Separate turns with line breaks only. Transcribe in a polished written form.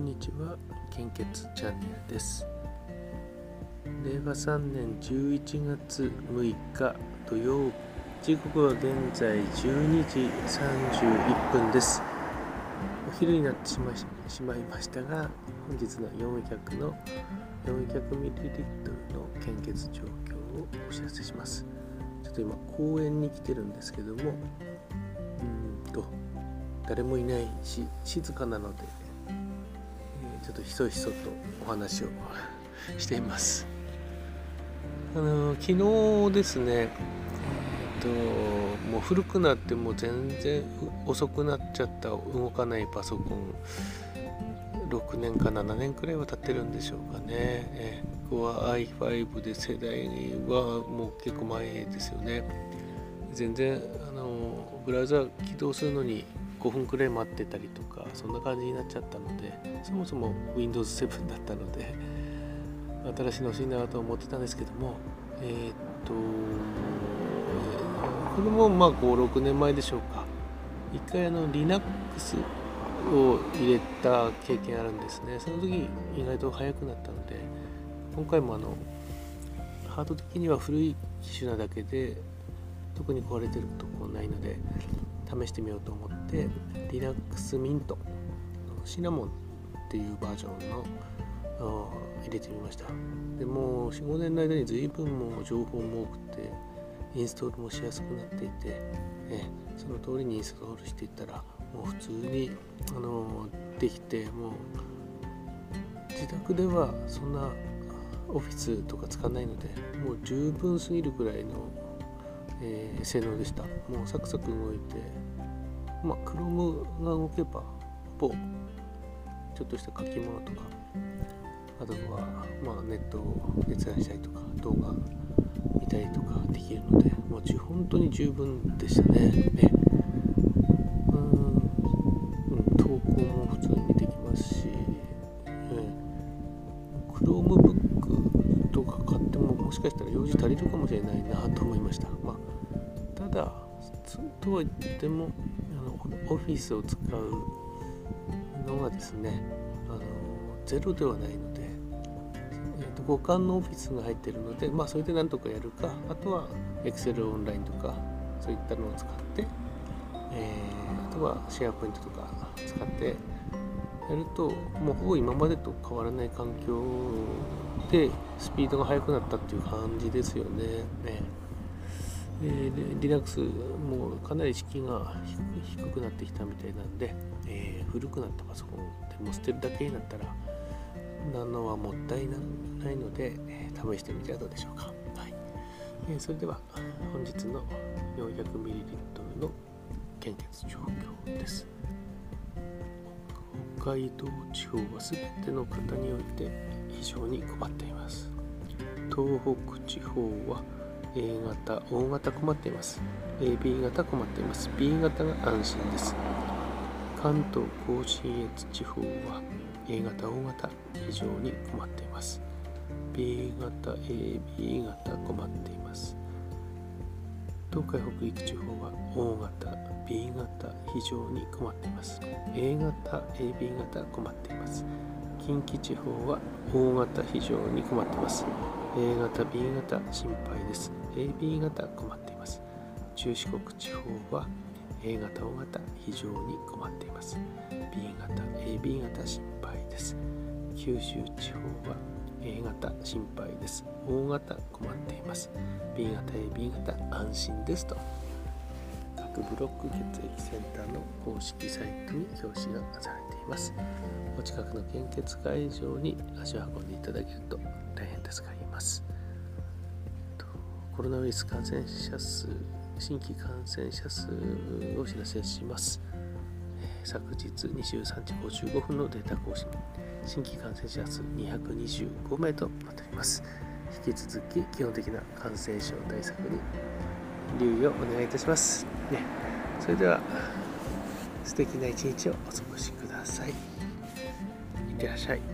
んにちは、献血チャンネルです。令和3年11月6日土曜日、時刻は現在12時31分です。お昼になってしまいましたが、本日の400ml の献血状況をお知らせします。ちょっと今公園に来てるんですけども、誰もいないし静かなので、ちょっとひそひそとお話をしています。昨日ですね、もう古くなってもう全然遅くなっちゃった動かないパソコン、6年か7年くらいは経ってるんでしょうかね。ここは i5 で世代はもう結構前ですよね。全然ブラウザ起動するのに5分くらい待ってたりとか、そんな感じになっちゃったので、そもそも Windows 7だったので新しいの欲しいなと思ってたんですけども、これもまあ5、6年前でしょうか。一回Linux を入れた経験あるんですね。その時意外と早くなったので、今回もハード的には古い機種なだけで特に壊れてるとこないので試してみようと思って、 Linux Mint シナモンっていうバージョンの入れてみました。でもう 4,5 年の間に随分もう情報も多くてインストールもしやすくなっていて、その通りにインストールしていったらもう普通にできて、もう自宅ではそんなオフィスとか使わないのでもう十分すぎるくらいの、性能でした。もうサクサク動いて、Chrome が動けばほぼちょっとした書き物とか、あとはネットを閲覧したりとか動画見たりとかできるので、もう本当に十分でしたね。投稿も普通にできますし、Chromebook とか買ってももしかしたら用事足りるかもしれないなと思いました。ただとは言ってもオフィスを使うのがですね、ゼロではないので、互換のオフィスが入っているので、それでなんとかやるか、あとは Excel オンラインとかそういったのを使って、あとはシェアポイントとか使ってやると、もうほぼ今までと変わらない環境でスピードが速くなったっていう感じですよね。Linux もかなり敷居が低くなってきたみたいなんで、古くなったパソコンでも捨てるだけになったらなのはもったいないので、試してみてはどうでしょうか。それでは本日の 400ml の献血状況です。北海道地方はすべての方において非常に困っています。東北地方は A 型、O 型困っています。AB 型困っています。B 型が安心です。関東甲信越地方は A 型、O 型非常に困っています。B 型、AB 型困っています。東海北陸地方は O 型、B 型非常に困っています。A 型、AB 型困っています。近畿地方は O 型非常に困っています。A 型、B 型心配です。AB 型困っています。中四国地方は A 型、O 型非常に困っています。B 型、AB 型心配です。九州地方は A 型心配です。O 型困っています。B 型、AB 型安心ですと、各ブロック血液センターの公式サイトに表示がされています。お近くの献血会場に足を運んでいただけると大変助かります。コロナウイルス感染者数、新規感染者数をお知らせします。昨日23時55分のデータ更新、新規感染者数225名となっております。引き続き基本的な感染症対策に留意をお願いいたします。それでは素敵な一日をお過ごしください。いってらっしゃい。